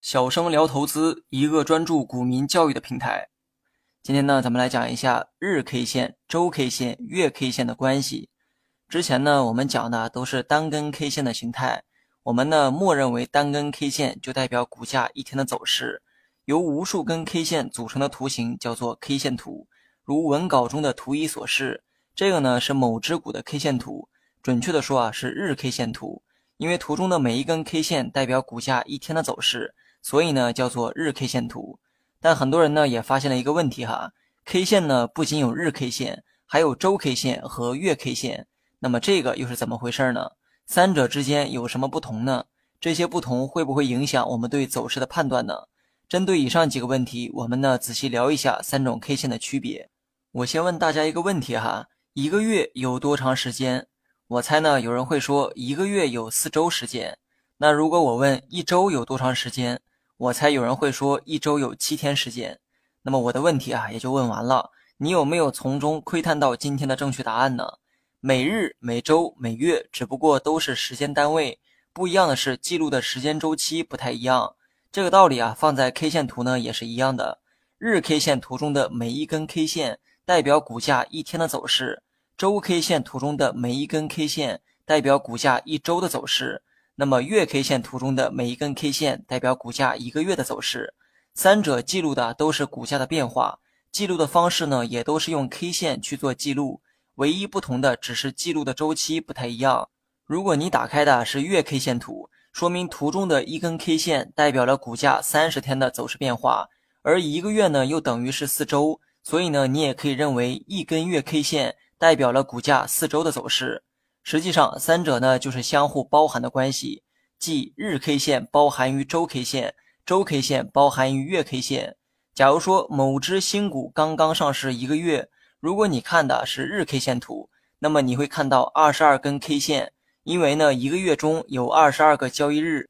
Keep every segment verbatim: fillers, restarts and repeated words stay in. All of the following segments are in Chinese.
小生聊投资，一个专注股民教育的平台。今天呢，咱们来讲一下日 K 线、周 K 线、月 K 线的关系。之前呢，我们讲的都是单根 K 线的形态，我们呢默认为单根 K 线就代表股价一天的走势，由无数根 K 线组成的图形叫做 K 线图。如文稿中的图一所示，这个呢是某只股的 K 线图，准确的说啊是日 K 线图，因为图中的每一根 K 线代表股价一天的走势。所以呢叫做日 K 线图。但很多人呢也发现了一个问题哈 K 线呢不仅有日 K 线，还有周 K 线和月 K 线。那么这个又是怎么回事呢？三者之间有什么不同呢？这些不同会不会影响我们对走势的判断呢？针对以上几个问题，我们呢仔细聊一下三种 K 线的区别。我先问大家一个问题哈，一个月有多长时间？我猜呢有人会说一个月有四周时间。那如果我问一周有多长时间，我猜有人会说一周有七天时间。那么我的问题啊也就问完了，你有没有从中窥探到今天的正确答案呢？每日、每周、每月只不过都是时间单位，不一样的是记录的时间周期不太一样。这个道理啊放在 K 线图呢也是一样的。日 K 线图中的每一根 K 线代表股价一天的走势，周 K 线图中的每一根 K 线代表股价一周的走势，那么月 K 线图中的每一根 K 线代表股价一个月的走势。三者记录的都是股价的变化，记录的方式呢也都是用 K 线去做记录，唯一不同的只是记录的周期不太一样。如果你打开的是月 K 线图，说明图中的一根 K 线代表了股价三十天的走势变化，而一个月呢又等于是四周，所以呢你也可以认为一根月 K 线代表了股价四周的走势。实际上三者呢就是相互包含的关系，即日 K 线包含于周 K 线，周 K 线包含于月 K 线。假如说某只新股刚刚上市一个月，如果你看的是日 K 线图，那么你会看到二十二根 K 线，因为呢一个月中有二十二个交易日。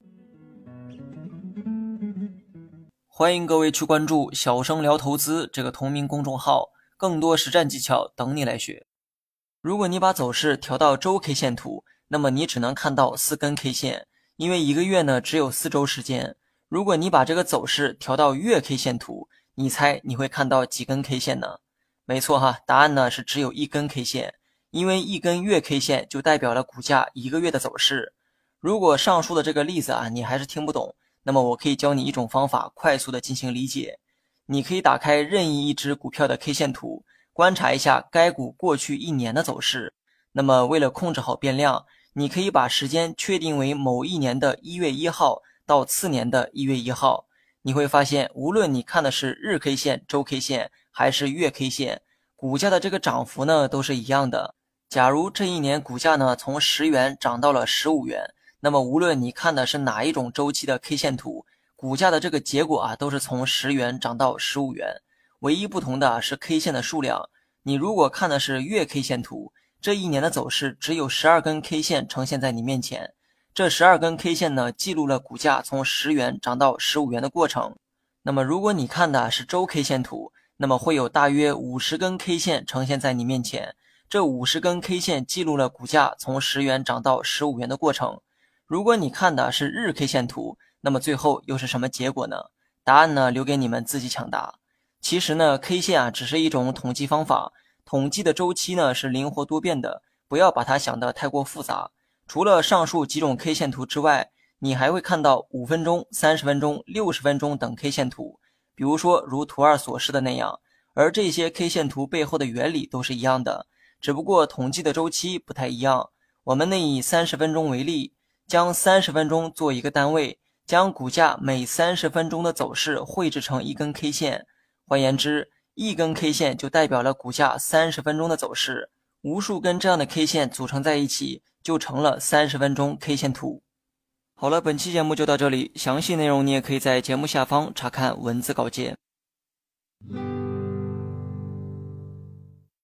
欢迎各位去关注小生聊投资这个同名公众号，更多实战技巧等你来学。如果你把走势调到周 K 线图，那么你只能看到四根 K 线，因为一个月呢只有四周时间。如果你把这个走势调到月 K 线图，你猜你会看到几根 K 线呢？没错哈，答案呢是只有一根 K 线，因为一根月 K 线就代表了股价一个月的走势。如果上述的这个例子啊你还是听不懂，那么我可以教你一种方法快速的进行理解。你可以打开任意一只股票的 K 线图，观察一下该股过去一年的走势。那么为了控制好变量，你可以把时间确定为某一年的一月一号到次年的一月一号。你会发现无论你看的是日 K 线、周 K 线还是月 K 线，股价的这个涨幅呢都是一样的。假如这一年股价呢从十元涨到了十五元，那么无论你看的是哪一种周期的 K 线图，股价的这个结果啊都是从十元涨到十五元。唯一不同的是 K 线的数量，你如果看的是月 K 线图，这一年的走势只有十二根 K 线呈现在你面前，这十二根 K 线呢记录了股价从十元涨到十五元的过程。那么如果你看的是周 K 线图，那么会有大约五十根 K 线呈现在你面前，这五十根 K 线记录了股价从十元涨到十五元的过程。如果你看的是日 K 线图，那么最后又是什么结果呢？答案呢留给你们自己抢答。其实呢 K 线啊只是一种统计方法，统计的周期呢是灵活多变的，不要把它想得太过复杂。除了上述几种 K 线图之外，你还会看到五分钟、三十分钟、六十分钟等 K 线图，比如说如图二所示的那样。而这些 K 线图背后的原理都是一样的，只不过统计的周期不太一样。我们内以三十分钟为例，将三十分钟做一个单位，将股价每三十分钟的走势绘制成一根 K 线。换言之，一根 K 线就代表了股价三十分钟的走势，无数根这样的 K 线组成在一起，就成了三十分钟 K 线图。好了，本期节目就到这里，详细内容你也可以在节目下方查看文字稿件。